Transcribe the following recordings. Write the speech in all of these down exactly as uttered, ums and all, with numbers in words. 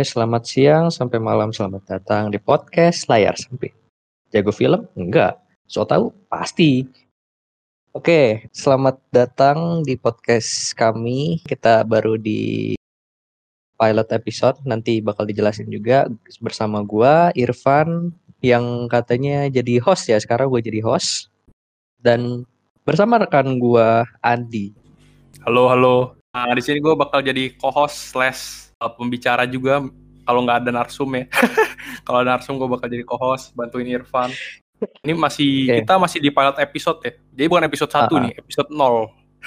Oke, selamat siang sampai malam. Selamat datang di podcast Layar Sempit. Jago film? Enggak. So tahu? Pasti. Oke, selamat datang di podcast kami. Kita baru di pilot episode. Nanti bakal dijelasin juga bersama gua, Irfan, yang katanya jadi host ya. Sekarang gue jadi host. Dan bersama rekan gua, Andi. Halo, halo. Nah, di sini gue bakal jadi co-host slash uh, pembicara juga kalau nggak ada narsum ya. Kalau ada narsum gue bakal jadi co-host, bantuin Irfan. Ini masih Oke. kita masih di pilot episode ya. Jadi bukan episode satu Ah, ah. nih, episode nol.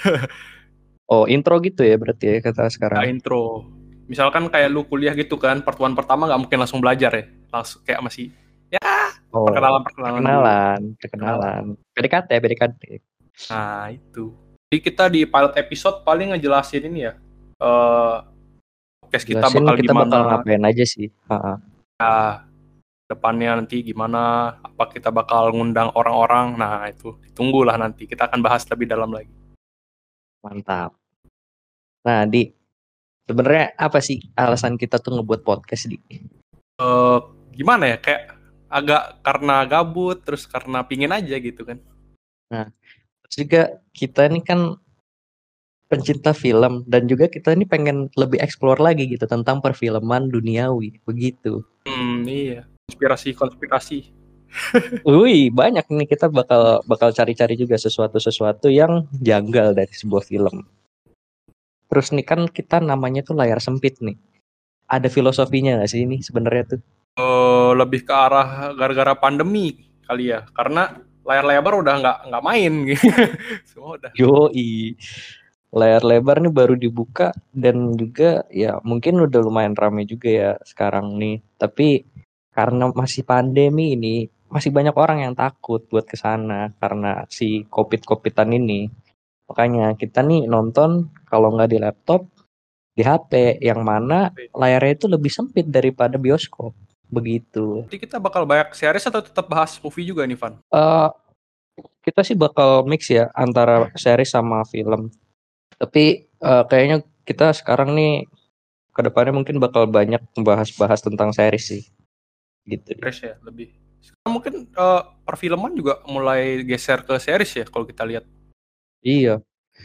Oh, intro gitu ya berarti ya kata Nah, sekarang. intro. Misalkan kayak lu kuliah gitu kan, part one pertama nggak mungkin langsung belajar ya. Langsung kayak masih ya Oh, perkenalan-perkenalan dulu. perkenalan, Perkenalan. perkenalan. P D K T, P D K T. Nah, itu. Jadi kita di pilot episode paling ngejelasin ini ya. Eh podcast kita Jelasin bakal kita gimana. bakal ngapain aja sih. Ha-ha. Ya, depannya nanti gimana, apa kita bakal ngundang orang-orang. Nah, itu ditunggulah nanti. Kita akan bahas lebih dalam lagi. Mantap. Nah, Di, sebenarnya apa sih alasan kita tuh ngebuat podcast, Di? Eh, gimana ya? Kayak agak karena gabut, terus karena pingin aja gitu kan. Nah, terus juga kita ini kan pencinta film dan juga kita ini pengen lebih explore lagi gitu tentang perfilman duniawi, begitu. Hmm, iya. Konspirasi-konspirasi. Wih, banyak nih kita bakal bakal cari-cari juga sesuatu-sesuatu yang janggal dari sebuah film. Terus nih kan kita namanya tuh layar sempit nih. Ada filosofinya nggak sih ini sebenarnya tuh? Eh, lebih ke arah gara-gara pandemi kali ya. Karena layar lebar udah nggak nggak main gitu. Semua udah. Yoi. Layar lebar nih baru dibuka dan juga ya mungkin udah lumayan ramai juga ya sekarang nih. Tapi karena masih pandemi ini masih banyak orang yang takut buat kesana karena si covid-covidan ini. Makanya kita nih nonton kalau nggak di laptop di H P yang mana layarnya itu lebih sempit daripada bioskop. Begitu. Jadi kita bakal banyak series atau tetap bahas movie juga nih, Van? Eh kita sih bakal mix ya antara series sama film. Tapi eh, kayaknya kita sekarang nih kedepannya mungkin bakal banyak membahas-bahas tentang series sih, gitu deh. Series ya lebih. Sekarang mungkin eh, perfilman juga mulai geser ke series ya kalau kita lihat. Iya,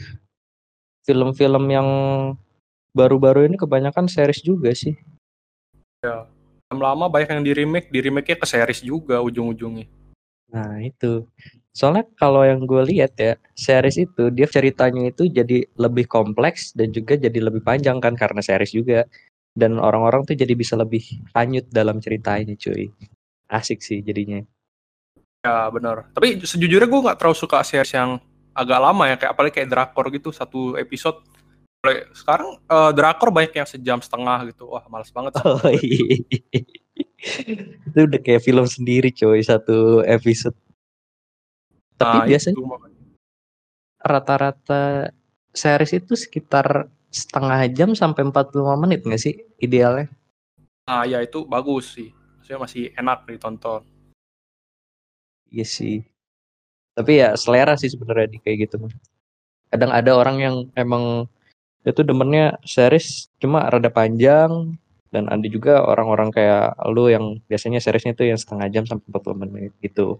film-film yang baru-baru ini kebanyakan series juga sih. Ya. Lama-lama banyak yang di remake, di remake-nya ke series juga ujung-ujungnya. Nah itu, soalnya kalau yang gue lihat ya, series itu dia ceritanya itu jadi lebih kompleks dan juga jadi lebih panjang kan karena series juga. Dan orang-orang tuh jadi bisa lebih hanyut dalam ceritanya cuy. Asik sih jadinya. Ya benar. Tapi sejujurnya gue nggak terlalu suka series yang agak lama ya, kayak apalagi kayak drakor gitu satu episode. Mulai- Sekarang eh, drakor banyak yang sejam setengah gitu. Wah malas banget sih. Oh iya. Itu udah kayak film sendiri coy satu episode. Tapi Nah biasanya itu makanya. rata-rata series itu sekitar setengah jam sampai empat puluh lima menit nggak sih idealnya? Nah ya itu bagus sih. Maksudnya masih enak ditonton. Iya sih. Tapi ya selera sih sebenarnya di kayak gitu. Kadang ada orang yang emang itu demennya series cuma rada panjang dan ada juga orang-orang kayak lu yang biasanya seriesnya tuh yang setengah jam sampai empat puluh menit gitu.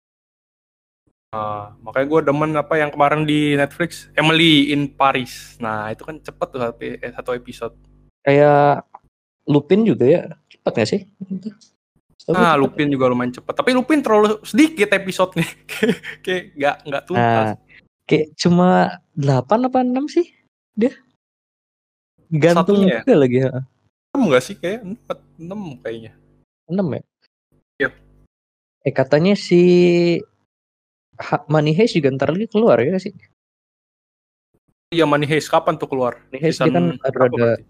Nah, makanya gue demen apa yang kemarin di Netflix, Emily in Paris. Nah itu kan cepet tuh satu eh, satu episode. Kayak Lupin juga ya cepet gak sih? Setahu gue Nah, cepet. Lupin juga lumayan cepet. Tapi Lupin terlalu sedikit episodenya. Kayak nggak nggak tuntas. Nah, kayak cuma delapan apa enam sih dia? Gantung Satunya ya? juga lagi ya. enam nggak sih? Kayak empat, enam kayaknya. enam ya? Iya. Eh katanya si Ha- Money Heist juga ntar lagi keluar ya sih? Iya, Money Heist. Kapan tuh keluar? Money Heist dia Season kan berapa ada berarti?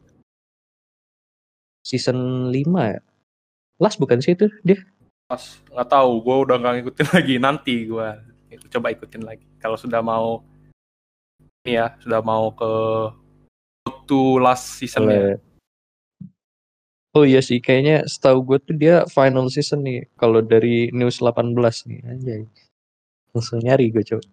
season lima ya? Last bukan sih itu dia? Pas, nggak tahu. Gue udah nggak ngikutin lagi. Nanti gue coba ikutin lagi. Kalau sudah mau, ini ya, sudah mau ke to last seasonnya. Oleh- Oh iya sih, kayaknya setahu gue tuh dia final season nih. Kalau dari News delapan belas nih, anjay. Langsung nyari gue coba.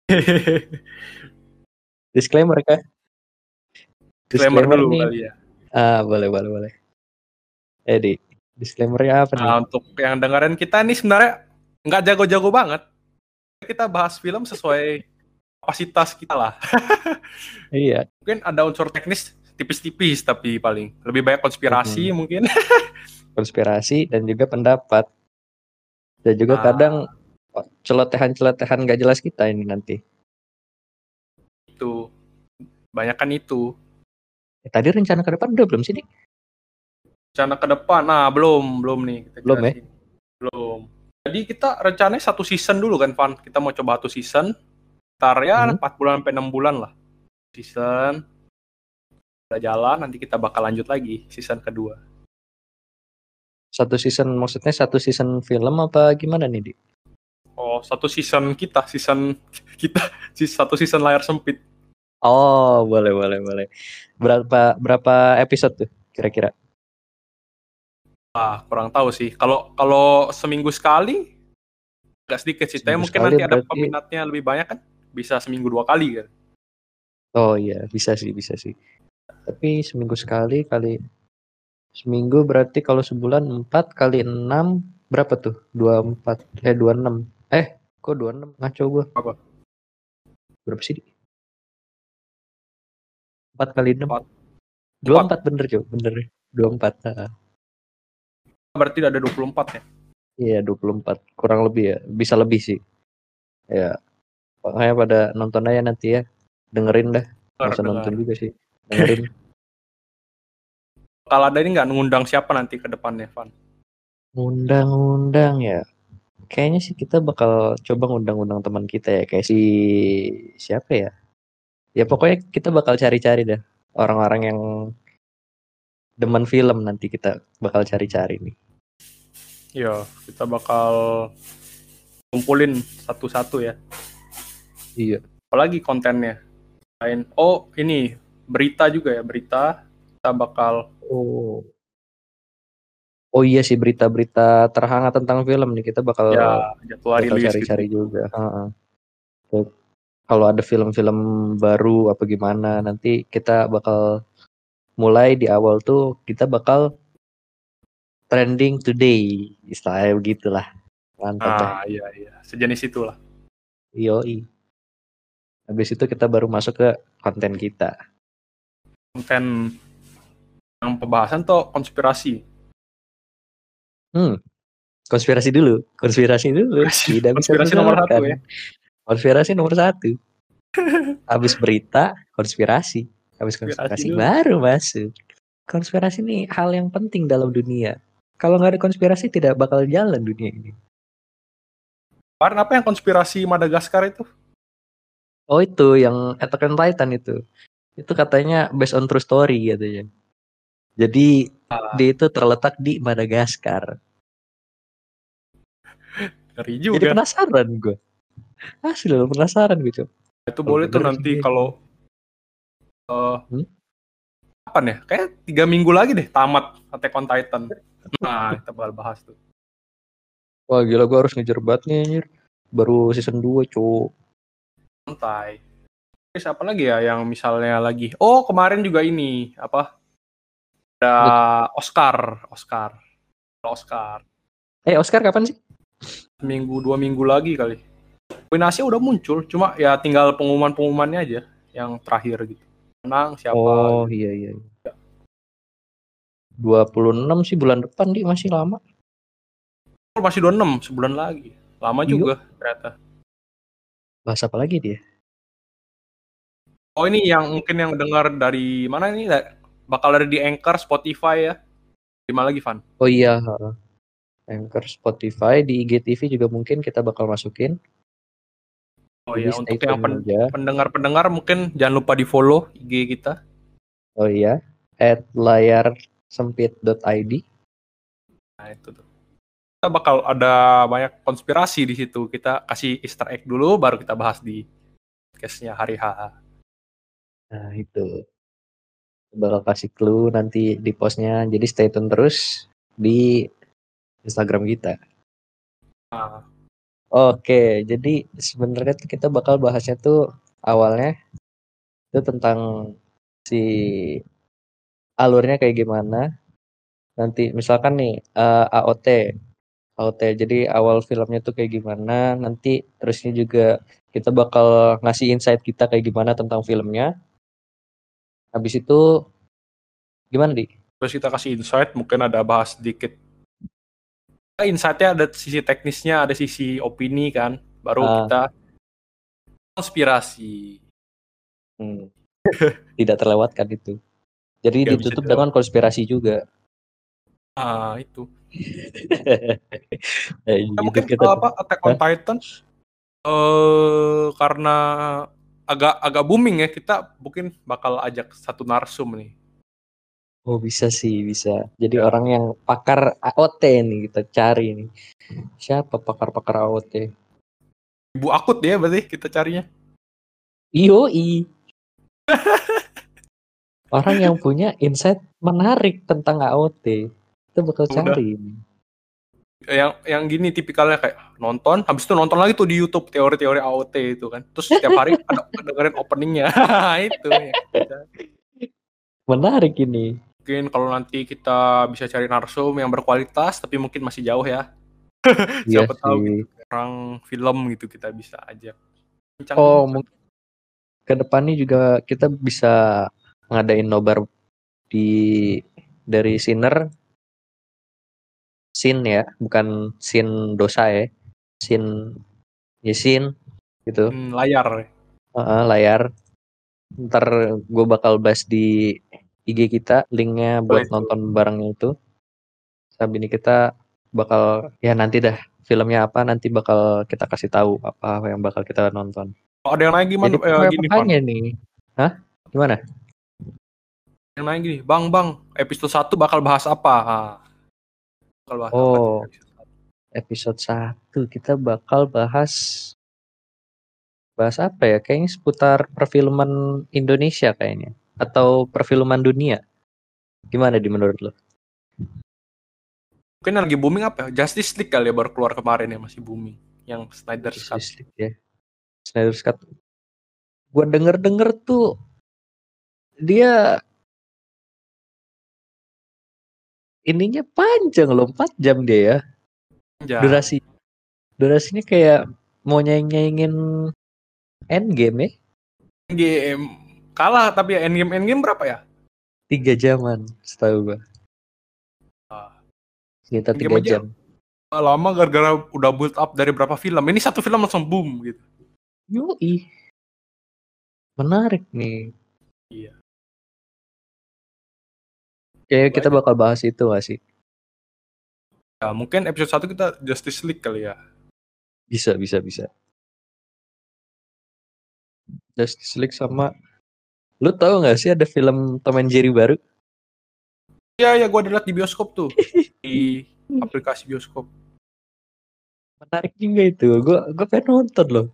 Disclaimer kan? Disclaimer dulu nih. kali ya. Ah, boleh, boleh, boleh. Jadi, disclaimer-nya apa nih? Nah, untuk yang dengerin kita nih sebenarnya nggak jago-jago banget. Kita bahas film sesuai kapasitas kita lah. Iya. Mungkin ada unsur teknis tipis-tipis, tapi paling lebih banyak konspirasi Mm-mm. mungkin. Konspirasi dan juga pendapat. Dan juga kadang Nah, celotehan-celotehan nggak jelas kita ini nanti. itu banyak kan itu. Eh, tadi rencana ke depan udah belum sih, Dik? Rencana ke depan, nah belum belum nih kita Belum ya? jelasin. Belum. Jadi kita rencananya satu season dulu kan, Van. Kita mau coba satu season. Ntar ya Hmm? empat bulan sampai enam bulan lah. Season udah jalan, nanti kita bakal lanjut lagi season kedua. Satu season, maksudnya satu season film apa gimana nih, Dik? Oh, satu season kita, season kita, satu season layar sempit. Oh, boleh, boleh, boleh. Berapa berapa episode tuh kira-kira? Ah, kurang tahu sih. Kalau kalau seminggu sekali agak sedikit sih. Tapi Seminggu mungkin sekali nanti ada berarti. peminatnya lebih banyak kan, bisa seminggu dua kali kan. Oh iya, bisa sih, bisa sih. Tapi seminggu sekali kali seminggu berarti kalau sebulan empat kali enam berapa tuh? Dua empat eh dua enam. Eh, kok dua enam? Ngaco gua. Apa? Berapa sih? Empat kali enam. Empat. Dua Empat. empat bener coba, bener. Dua empat. Berarti ada dua puluh empat ya. Iya, dua puluh empat kurang lebih ya. Bisa lebih sih. Ya, makanya pada nonton aja nanti ya. Dengerin dah. Nggak Dengar, usah nonton dengar. juga sih. Dengerin. Kalau ada ini nggak ngundang siapa nanti ke depannya, Van? Undang-undang ya. Kayaknya sih kita bakal coba ngundang-undang teman kita ya. Kayak si siapa ya? Ya pokoknya kita bakal cari-cari dah. Orang-orang yang demen film nanti kita bakal cari-cari nih. Iya, kita bakal kumpulin satu-satu ya. Iya. Apalagi kontennya. Lain. Oh, ini berita juga ya, berita. Kita bakal Oh. Oh iya sih, berita-berita terhangat tentang film nih kita bakal ya jadwal bakal rilis cari-cari gitu-gitu. juga. Heeh. Tuh, kalau ada film-film baru apa gimana nanti kita bakal mulai di awal tuh kita bakal trending today, istilahnya begitulah. Mantap dah. Nah, iya iya, sejenis itulah. Yoi. Habis itu kita baru masuk ke konten kita. Konten yang pembahasan tuh konspirasi. Hmm, konspirasi dulu, konspirasi dulu. Konspirasi, Tidak bisa konspirasi nomor satu terselewengkan. ya. Konspirasi nomor satu. Habis berita, konspirasi. Habis Konspirasi konspirasi dulu. baru masuk. Konspirasi ini hal yang penting dalam dunia. Kalau nggak ada konspirasi tidak bakal jalan dunia ini. Kemarin apa yang konspirasi Madagaskar itu? Oh itu yang Attack on Titan itu. Itu katanya based on true story katanya. Jadi Ah, dia itu terletak di Madagaskar. ngeri Jadi juga. penasaran gue. Asli loh penasaran gitu. Itu Kalau boleh tuh bener nanti sih. kalau uh, Hmm? kapan ya? Kayak tiga minggu lagi deh tamat Attack on Titan. Nah, kita bakal bahas tuh. Wah gila gue harus ngejar banget nih anjir. Baru season dua cowok. Santai. Terus apa lagi ya yang misalnya lagi? Oh, kemarin juga ini apa? Ada Oscar, Oscar, Oscar. Eh Oscar kapan sih? Minggu dua minggu lagi kali. Nominasinya udah muncul, cuma ya tinggal pengumuman-pengumumannya aja yang terakhir gitu. Menang siapa? Oh Gitu. iya iya. dua puluh enam sih bulan depan dia masih lama. Oh, masih dua puluh enam sebulan lagi. Lama Iya. juga ternyata. Bahas apa lagi dia? Oh ini yang mungkin yang dengar dari mana ini? Bakal ada di Anchor, Spotify ya. Di mana lagi, Van? Oh iya, heeh. Anchor, Spotify, di I G T V juga mungkin kita bakal masukin. Oh Jadi ya, stay untuk yang tune pen- aja. pendengar-pendengar mungkin jangan lupa di follow I G kita. Oh iya, at layar sempit dot i d. Nah itu tuh. Kita bakal ada banyak konspirasi di situ. Kita kasih Easter egg dulu, baru kita bahas di podcastnya hari H. Nah itu bakal kasih clue nanti di postnya. Jadi stay tune terus di Instagram kita. Nah, Oke, jadi sebenarnya tuh kita bakal bahasnya tuh awalnya itu tentang si alurnya kayak gimana. Nanti misalkan nih eh, A O T, A O T. Jadi awal filmnya tuh kayak gimana. Nanti terusnya juga kita bakal ngasih insight kita kayak gimana tentang filmnya. Habis itu gimana di? Terus kita kasih insight, mungkin ada bahas sedikit. Insight-nya ada sisi teknisnya, ada sisi opini kan. Baru Ah, kita konspirasi. hmm, tidak terlewatkan itu. Jadi Gak bisa ditutup jawab. dengan konspirasi juga. Ah, itu. Kayak Ya, gitu mungkin kita eh, tuh. apa Attack on Hah? Titan eh karena agak agak booming ya, kita mungkin bakal ajak satu narsum nih. Oh bisa sih, bisa. Jadi Ya, orang yang pakar A O T nih kita cari nih. Siapa pakar-pakar A O T? ibu akut ya berarti kita carinya. Yoi. Orang yang punya insight menarik tentang A O T. Kita bakal Udah. cari. Yang yang gini tipikalnya kayak nonton, habis itu nonton lagi tuh di YouTube teori-teori A O T itu kan. Terus setiap hari ada dengerin openingnya. Itu ya. Menarik ini. Mungkin kalau nanti kita bisa cari narsum yang berkualitas, tapi mungkin masih jauh ya. Iya Siapa sih. tahu gitu. Orang film gitu kita bisa ajak. Oh, Bincang-bincang. mungkin ke depannya juga kita bisa ngadain nobar di dari Sinner, Sin ya, bukan Sin dosa ya. Sin ya Sin gitu. Hmm, layar. Heeh, layar. Ntar gue bakal bahas di I G kita linknya Boleh buat tuh. nonton barengnya itu. Sambil ini kita bakal ya nanti dah filmnya apa nanti bakal kita kasih tahu apa yang bakal kita nonton. Oh, ada yang naik Jadi gimana? Eh, pokoknya gini, Van. makanya nih. Hah? Gimana? Yang naik gini, Bang, Bang, episode satu bakal bahas apa? Ah, bakal bahas apa tuh? Oh, episode satu kita bakal bahas bahas apa ya? Kayaknya seputar perfilman Indonesia kayaknya atau perfilman dunia. Gimana di menurut lo? Mungkin yang lagi booming apa ya? Justice League kali ya, baru keluar kemarin ya, masih booming. Yang Snyder's Cut. Justice League ya. Snyder's Cut. Gua denger-denger tuh dia ininya panjang loh, empat jam dia ya. Panjang. Durasi durasinya kayak mau nyaing-nyaingin Endgame ya. Game kalah, tapi ya endgame endgame berapa ya? Tiga jaman setahu gua. Ah, Sekitar endgame tiga aja jam. lama gara-gara udah build up dari berapa film. Ini satu film langsung boom gitu. Yoi. Menarik nih. Iya. Kayaknya Coba kita aja. bakal bahas itu gak sih? Ya, mungkin episode satu kita Justice League kali ya. Bisa, bisa, bisa. Justice League sama... Lu tahu gak sih ada film Tom and Jerry baru? Iya, ya gue liat di bioskop tuh. Di aplikasi bioskop. Menarik juga itu. Gue gue pengen nonton loh.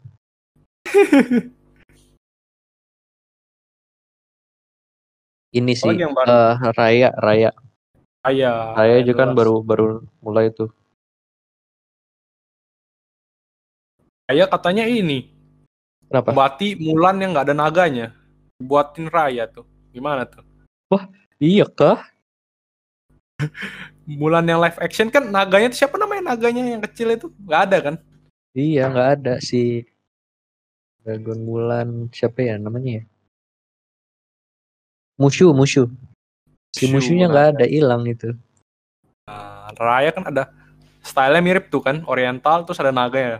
Ini sih Apalagi yang baru? eh Raya, Raya. Aya, Raya Ryan juga kan Douglas. baru baru mulai tuh. Aya katanya ini, Kenapa? Bati Mulan yang nggak ada naganya. Buatin Raya tuh. Gimana tuh? Wah, iya kah? Mulan yang live action kan naganya tuh siapa namanya naganya yang kecil itu? Nggak ada kan? Iya, nggak ada si Dragon Bulan siapa ya namanya ya? Mushu, Mushu. Si Shu Mushunya nggak naga. ada, hilang itu. Nah, Raya kan ada stylenya mirip tuh kan, Oriental terus ada naga ya.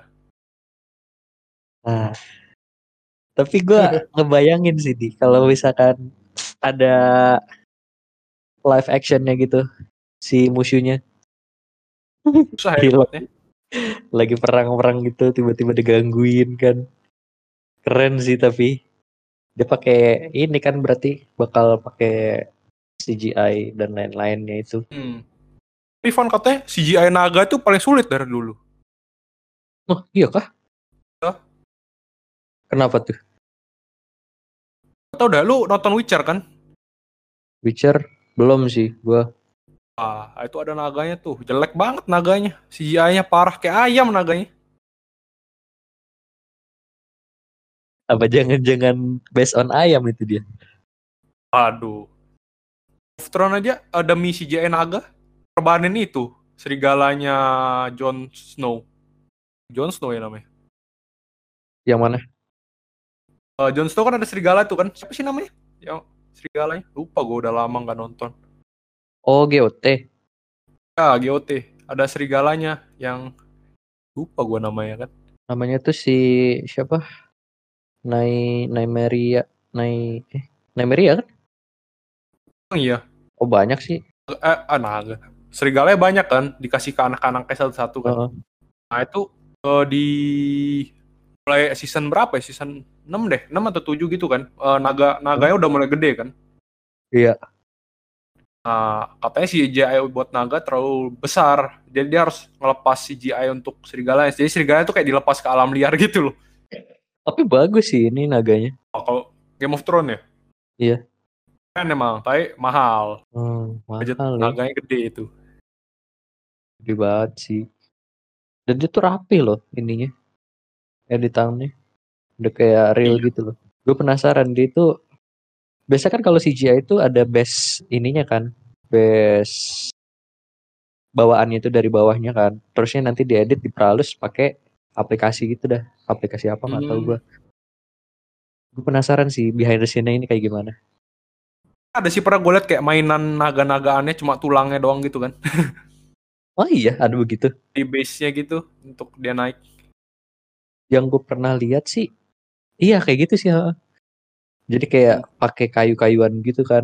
Nah, tapi gue ngebayangin sih di kalau misalkan ada live actionnya gitu si Mushunya. Susah ya Gila, dibuatnya. lagi perang-perang gitu tiba-tiba digangguin kan. Keren sih tapi dia pakai ini kan berarti bakal pakai C G I dan lain-lainnya itu. Hmm. Rifan katanya C G I naga itu paling sulit dari dulu. Oh, iya kah? Ya, Kenapa tuh? atau udah lu nonton Witcher kan? Witcher belum sih gua. Ah, itu ada naganya tuh. Jelek banget naganya. C G I-nya parah kayak ayam naganya. Apa jangan-jangan based on ayam itu dia? Aduh. of Thrones aja uh, demi C J I naga perbanin itu serigalanya Jon Snow. Jon Snow ya namanya. Yang mana? Uh, Jon Snow kan ada serigala tuh kan. Siapa sih namanya? Yang serigalanya? Lupa gue udah lama nggak nonton. Oh, G O T. Ya, G O T. Ada serigalanya yang lupa gue namanya kan. Namanya tuh si siapa? Nai Nymeria, Nai eh Nymeria kan? Oh iya. Oh, banyak sih. Eh, ah, naga. Serigalanya banyak kan, dikasih ke anak-anaknya satu-satu kan. Uh-uh. Nah itu uh, di mulai season berapa ya? Season enam deh, enam atau tujuh gitu kan. Uh, naga naganya udah mulai gede kan. Iya. Nah, katanya C G I buat naga terlalu besar. Jadi dia harus ngelepas C G I untuk serigala. Jadi serigala itu kayak dilepas ke alam liar gitu loh. Tapi bagus sih ini naganya. Oh, kalau Game of Thrones ya? Iya. Kan emang, tapi mahal. Hmm, Budget mahal ya. naganya gede itu. Gede banget sih. Dan dia tuh rapi loh ininya. Editannya. Udah kayak real Iya. gitu loh. Gue penasaran dia itu. Biasa kan kalau C G I itu ada base ininya kan. Base bawaannya itu dari bawahnya kan. Terusnya nanti diedit, diperhalus pakai aplikasi gitu dah. Aplikasi apa nggak tahu Hmm. gue. Gue penasaran sih behind the scene-nya ini kayak gimana. Ada sih pernah gue liat kayak mainan naga-nagaannya cuma tulangnya doang gitu kan. Oh iya, ada begitu. Di base-nya gitu untuk dia naik. Yang gue pernah lihat sih, iya kayak gitu sih. Ha. Jadi kayak Hmm. pakai kayu-kayuan gitu kan.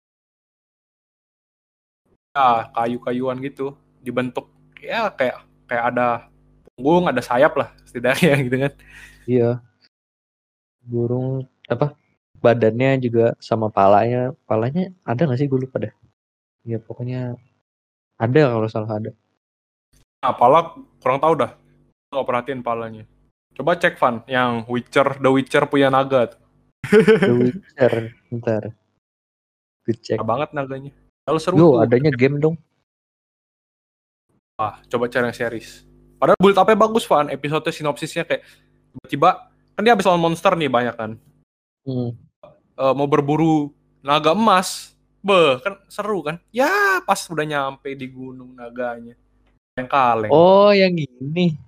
Ya, kayu-kayuan gitu dibentuk ya kayak kayak ada punggung, ada sayap lah setidaknya gitu kan. Iya, burung apa? Badannya juga sama palanya. Palanya ada nggak sih, gue lupa dah. Ya pokoknya ada kalau salah ada. Nah, pala kurang tahu dah. Nggak perhatiin palanya. Coba cek Van yang Witcher, The Witcher punya naga tuh. The Witcher, ntar gue cek. Nah, banget naganya. Kalau seru Yo, tuh. adanya game dong. Ah, coba cari yang series. Padahal build up-nya bagus Van. Episode sinopsisnya kayak tiba-tiba kan dia habis lawan monster nih banyak kan. Hmm. Uh, mau berburu naga emas. Beh, kan seru kan? Ya, pas udah nyampe di gunung naganya. Yang kaleng. Oh, yang ini.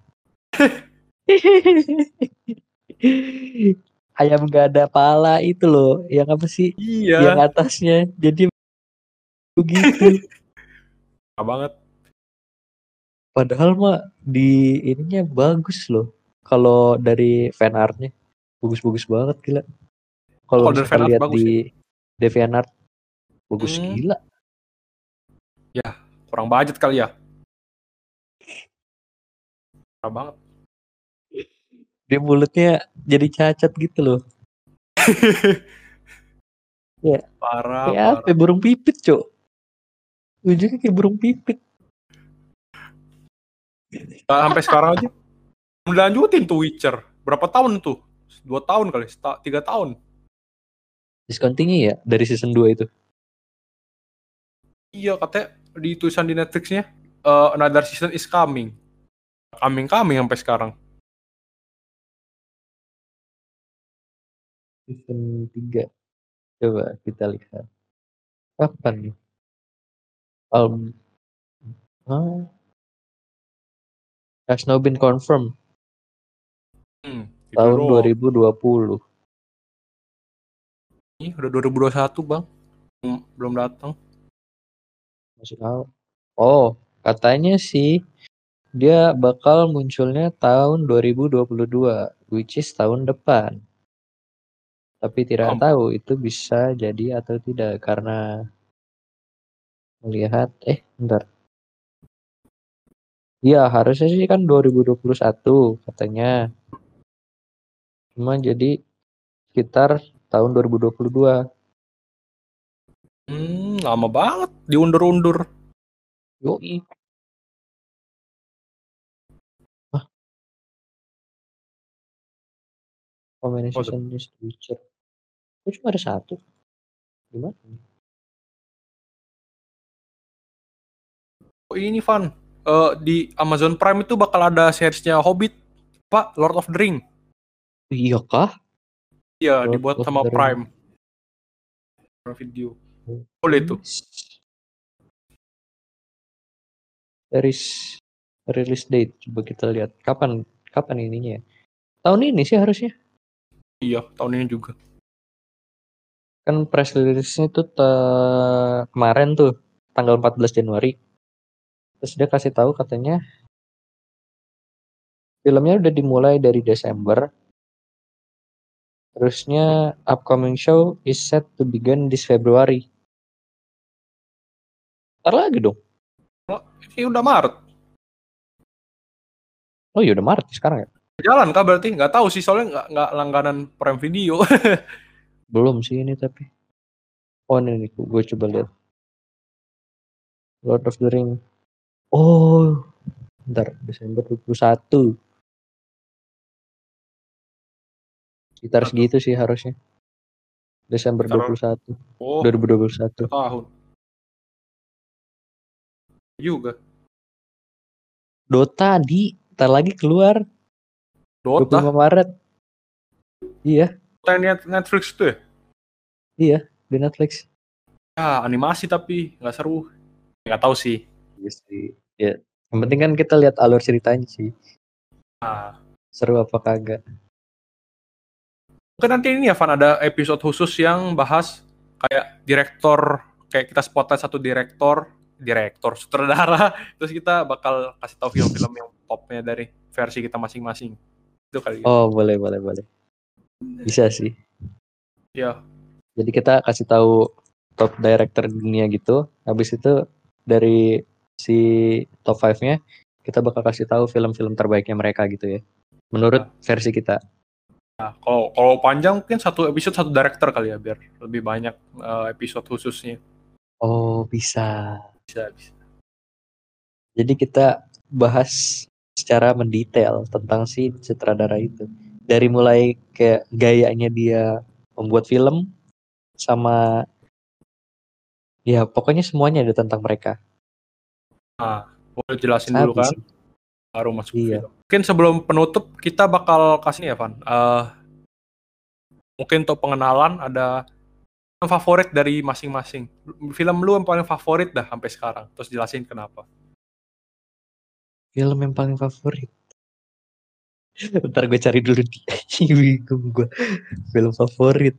Ayam gak ada pala itu loh. Yang apa sih? Iya. Yang atasnya. Jadi begitu. Nah, banget. Padahal mah di ininya bagus loh. Kalau dari fan artnya bagus-bagus banget gila. Kalau Kalau dari misalkan fanart lihat bagus ya. di DeviantArt bagus Hmm. gila. Ya, kurang budget kali ya. Parah banget. Dia mulutnya jadi cacat gitu loh. Ya, Parah, kayak parah. apa? Burung pipit, Cok. Ujungnya kayak burung pipit. Nah, sampai sekarang aja melanjutin tuh Witcher. Berapa tahun tuh? Dua tahun kali, Seta- tiga tahun. Discontinue ya dari season dua itu. Iya, katanya di tulisan di Netflix-nya uh, another season is coming. Coming-coming sampai sekarang. Season tiga. Coba kita lihat. Kapan nih? Um, oh, has now been confirmed. Hmm, Tahun doang. dua ribu dua puluh. Ih, udah dua ribu dua puluh satu, Bang. Hmm, belum datang. Masih tahu. Oh, katanya sih dia bakal munculnya tahun dua ribu dua puluh dua, which is tahun depan. Tapi tidak Oh, tahu itu bisa jadi atau tidak karena melihat eh bentar. Iya, harusnya sih kan dua ribu dua puluh satu katanya. Cuma jadi sekitar tahun dua ribu dua puluh dua. hmm, lama banget diundur-undur. Yoi. Ah, how many Oh, season is Witcher? Kok cuma ada satu? Gimana? oh, ini Van. Uh, di Amazon Prime itu bakal ada seriesnya Hobbit, Pak, Lord of the Ring. Iya kah? Iya, Lord dibuat of sama the Ring. Prime. Prime Video. Boleh tuh. Series release date coba kita lihat kapan kapan ininya ya. Tahun ini sih harusnya. Iya, tahun ini juga. Kan press release-nya tuh te- kemarin tuh tanggal empat belas Januari. Terus dia kasih tahu katanya filmnya udah dimulai dari Desember. Terusnya upcoming show is set to begin this February. Ntar lagi dong. Oh, ini udah Maret. Oh iya udah Maret sekarang ya? Jalan kah berarti? Nggak tahu sih, soalnya nggak nggak langganan Prime Video. Belum sih ini tapi. Oh ini nih gue coba lihat. Lord of the Ring. Oh, ntar Desember dua puluh satu. Sekitar Aduh, segitu sih harusnya. Desember ntar, dua puluh satu. oh, dua ribu dua puluh satu. tahun juga. Dota di ntar lagi keluar dua puluh lima Dota, Maret. Iya, Dota yang net- Netflix tuh ya? iya di Netflix. Ya, animasi tapi nggak seru. Nggak tahu sih. Iya sih. Ya, yang penting kan kita lihat alur ceritanya sih. Nah, Seru apa kagak. mungkin nanti ini ya, Van, ada episode khusus yang bahas kayak direktor, kayak kita spotlight satu direktor, direktor, sutradara, terus kita bakal kasih tahu film-film yang topnya dari versi kita masing-masing. Itu kali ya. Oh, boleh, boleh, boleh. Bisa sih. Ya, Jadi kita kasih tahu top director dunia gitu. Habis itu dari si top lima-nya kita bakal kasih tahu film-film terbaiknya mereka gitu ya. Menurut Nah. versi kita. nah, kalau kalau panjang mungkin satu episode satu director kali ya, biar lebih banyak uh, episode khususnya. Oh, bisa. Bisa, bisa. Jadi kita bahas secara mendetail tentang si sutradara itu. Dari mulai kayak gayanya dia membuat film sama ya pokoknya semuanya ada tentang mereka. Nah, boleh jelasin dulu Habis. kan, baru masuk Iya. film. Mungkin sebelum penutup kita bakal kasih nih ya, Van. Uh, mungkin untuk pengenalan ada yang favorit dari masing-masing. Film lu yang paling favorit dah sampai sekarang. Terus jelasin kenapa. Film yang paling favorit. Bentar gue cari dulu di bingung gue. Film favorit.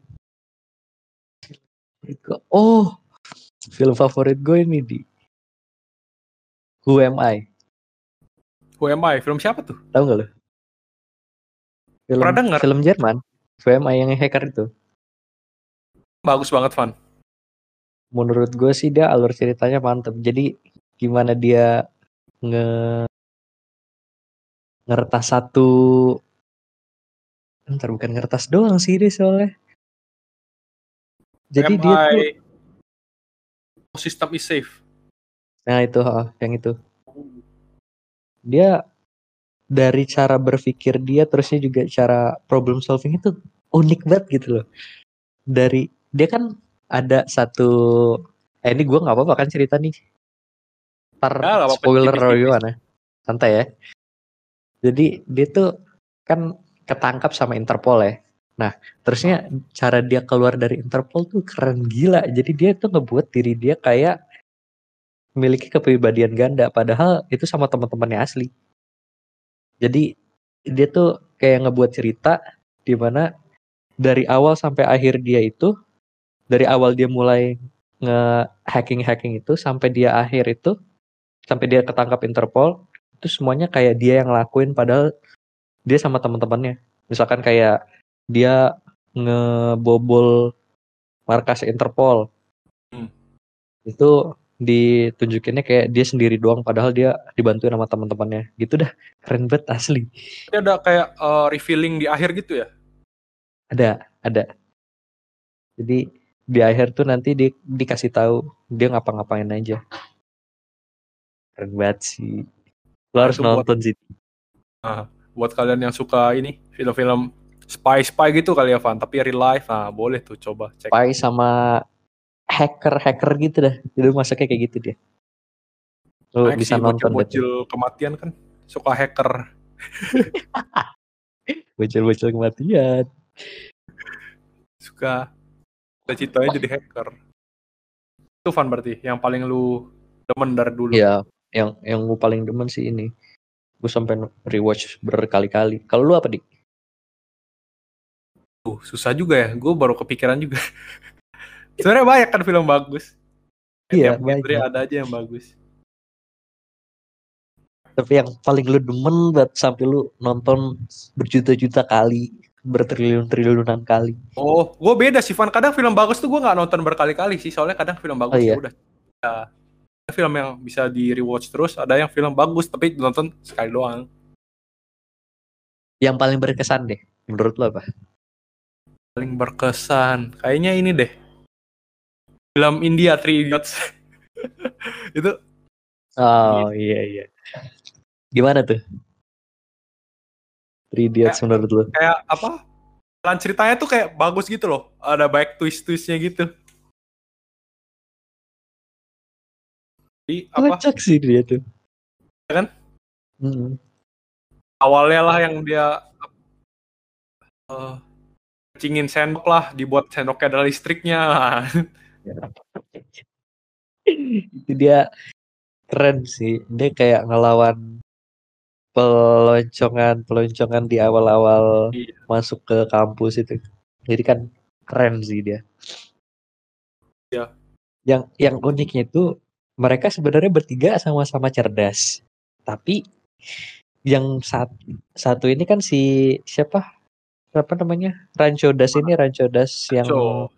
Oh, film favorit gue ini di Who Am I? Who Am I? Film siapa tuh? Tahu nggak lo? Film Pernah denger? film Jerman. Who Am I yang hacker itu. Bagus banget, Van. Menurut gue sih dia alur ceritanya mantep. Jadi gimana dia nge ngertas satu, ntar bukan ngertas doang sih dia soalnya. Jadi Am dia I tuh, System is Safe. nah itu oh, yang itu. Dia dari cara berpikir dia, terusnya juga cara problem solving itu unik banget gitu loh. Dari dia kan ada satu, eh ini gue nggak apa-apa kan cerita nih. Ntar Ya, gak apa-apa, spoiler tipis-tipis. gimana? Santai ya. Jadi dia tuh kan ketangkap sama Interpol ya. Nah, terusnya cara dia keluar dari Interpol tuh keren gila. Jadi dia tuh ngebuat diri dia kayak memiliki kepribadian ganda. Padahal itu sama teman-temannya asli. Jadi dia tuh kayak ngebuat cerita di mana dari awal sampai akhir dia itu, dari awal dia mulai nge-hacking-hacking itu sampai dia akhir itu, sampai dia ketangkap Interpol, itu semuanya kayak dia yang lakuin padahal dia sama teman-temannya. Misalkan kayak dia ngebobol markas Interpol. Hmm. Itu ditunjukinnya kayak dia sendiri doang padahal dia dibantuin sama teman-temannya. Gitu dah. Keren banget asli. Tapi ada kayak uh, revealing di akhir gitu ya? Ada, ada. Jadi di akhir tuh nanti di, dikasih tahu dia ngapa-ngapain aja. Keren banget sih. Lo Nah, harus itu buat nonton sih. nah, buat kalian yang suka ini film-film spy-spy gitu kali ya, Van. Tapi real life, nah boleh tuh coba cek. Spy sama hacker-hacker gitu dah. Itu masuknya kayak gitu dia. Lo Naik bisa sih nonton deh. bocil-bocil kematian kan suka hacker. Bocil-bocil kematian. Suka cita-citanya jadi hacker. Itu Van berarti yang paling lu demen dari dulu. Ya, yang yang gue paling demen sih ini. Gue sampai rewatch berkali-kali. Kalau lu apa, Dik? Tuh, susah juga ya. Gue baru kepikiran juga. Sebenarnya banyak kan film bagus. Iya, Tiap genre banyak. ada aja yang bagus. Tapi yang paling lu demen banget sampai lu nonton berjuta-juta kali, bertriliun-triliunan kali. Oh, gue beda sih Van. Kadang film bagus tuh gue nggak nonton berkali-kali sih. Soalnya kadang film Oh bagus ya iya, udah. Ya, ada film yang bisa di rewatch terus. Ada yang film bagus tapi nonton sekali doang. yang paling berkesan deh, menurut lu apa? Paling berkesan. Kayaknya ini deh. Film India Three Idiots. Itu Oh iya iya. Gimana tuh? Three Idiots kayak, menurut lu? kayak apa? Jalan ceritanya tuh kayak bagus gitu loh. Ada baik twist-twistnya gitu. Jadi apa? Kocak sih dia tuh. Ya kan? Hmm. Awalnya lah yang dia uh, cingin sendok lah, dibuat sendoknya ada listriknya. Itu dia keren sih. Dia kayak ngelawan peloncongan peloncongan di awal-awal Iya. masuk ke kampus itu. Jadi kan keren sih dia. Iya. Yang yang uniknya itu mereka sebenarnya bertiga sama-sama cerdas. Tapi yang sat, satu ini kan si siapa? Siapa namanya? Rancho Das ini Rancho Das yang So,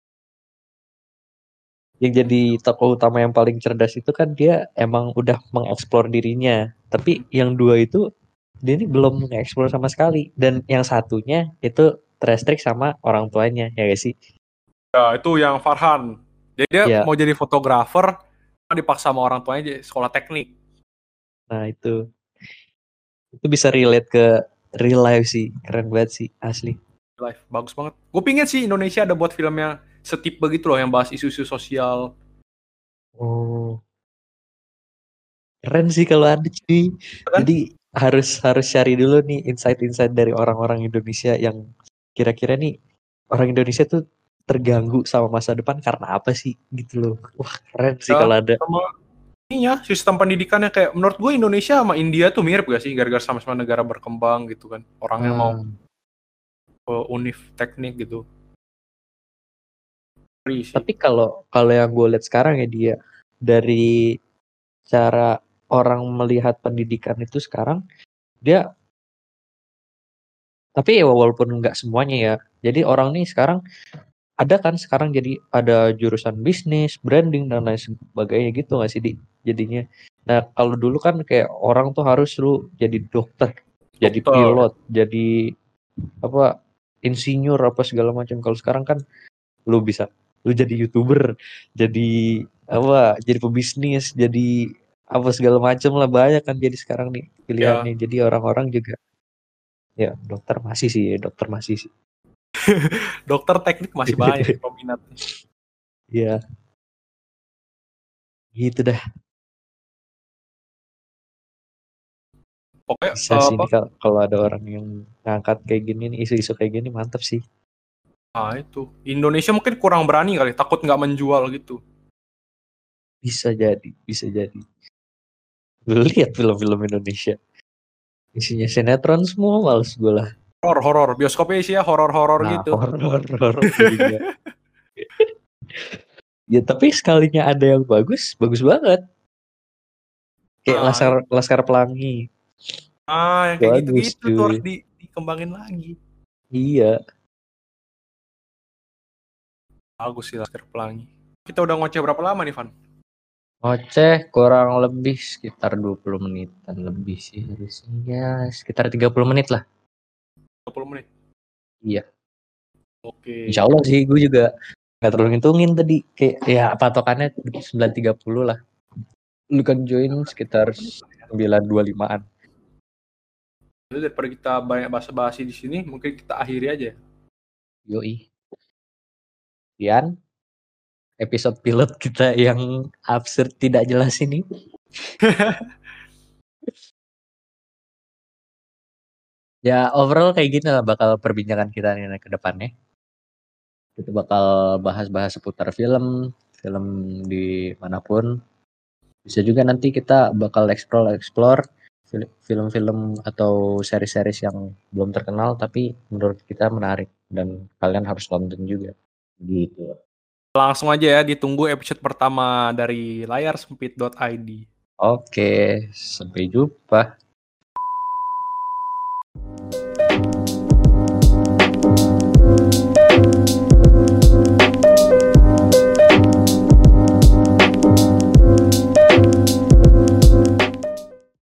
yang jadi tokoh utama yang paling cerdas itu kan dia emang udah mengeksplor dirinya. Tapi yang dua itu dia ini belum mengeksplor sama sekali. Dan yang satunya itu terstrik sama orang tuanya, ya gak sih? ya itu yang Farhan. Jadi dia Ya, mau jadi fotografer, dipaksa sama orang tuanya jadi sekolah teknik. nah itu itu bisa relate ke real life sih, keren banget sih asli. Live bagus banget. Gue pingin sih Indonesia ada buat film yang setipe begitu loh, yang bahas isu-isu sosial. Oh, keren sih kalau ada cuy. Kan? Jadi harus harus cari dulu nih insight-insight dari orang-orang Indonesia yang kira-kira nih orang Indonesia tuh terganggu sama masa depan karena apa sih gitu loh. Wah, keren sih Ya, kalau ada. sama ininya sistem pendidikannya kayak menurut gue Indonesia sama India tuh mirip gak sih, gara-gara sama-sama negara berkembang gitu kan. Orangnya mau Hmm. ke univ teknik gitu. Free sih. Tapi kalau kalau yang gue lihat sekarang ya dia dari cara orang melihat pendidikan itu sekarang dia tapi ya walaupun nggak semuanya ya. Jadi orang nih sekarang ada kan sekarang jadi ada jurusan bisnis, branding dan lain sebagainya gitu nggak sih di jadinya. Nah kalau dulu kan kayak orang tuh harus lu jadi dokter, jadi Dokter. pilot, jadi apa insinyur apa segala macam. Kalau sekarang kan lu bisa lu jadi youtuber, jadi apa, jadi pebisnis, jadi apa segala macam lah banyak kan jadi sekarang nih Ya, pilihannya. Jadi orang-orang juga ya dokter masih sih, ya, dokter masih sih. dokter teknik masih banyak sih peminatnya. Iya, gitu dah. Pokoknya Bisa eh, sih apa? ini kalau kalau ada orang yang ngangkat kayak gini nih, isu-isu kayak gini mantap sih. Nah itu Indonesia mungkin kurang berani kali, takut nggak menjual gitu. Bisa jadi, bisa jadi. Lu lihat film-film Indonesia. Isinya sinetron semua, males gue lah. Horor, horor, bioskopnya isinya horor-horor Nah, gitu. horor, horor jadinya. Ya tapi sekalinya ada yang bagus, bagus banget. Kayak Nah, Laskar itu. Laskar Pelangi. Ah, yang kayak Bagus gitu-gitu tuh cuy. harus di, dikembangin lagi. Iya. Bagus sih Laskar Pelangi. Kita udah ngoceh berapa lama nih, Van? Ngoceh kurang lebih sekitar dua puluh menitan lebih sih harusnya. Sekitar tiga puluh menit lah. dua puluh menit. Iya. Oke. Insya Allah sih gue juga nggak terlalu ngitungin tadi. Kayak ya patokannya sembilan tiga puluh lah. Lu kan join sekitar sembilan dua puluh limaan. Jadi daripada kita banyak basa-basi di sini, mungkin kita akhiri aja. Yoi. Sekian episode pilot kita yang absurd tidak jelas ini. Ya overall kayak gini lah bakal perbincangan kita nih ke depannya. Kita bakal bahas-bahas seputar film, film di manapun. Bisa juga nanti kita bakal explore-explore fil- film-film atau seri-series yang belum terkenal tapi menurut kita menarik dan kalian harus nonton juga. Gitu. Langsung aja ya ditunggu episode pertama dari layar sempit dot i d. Oke, sampai jumpa.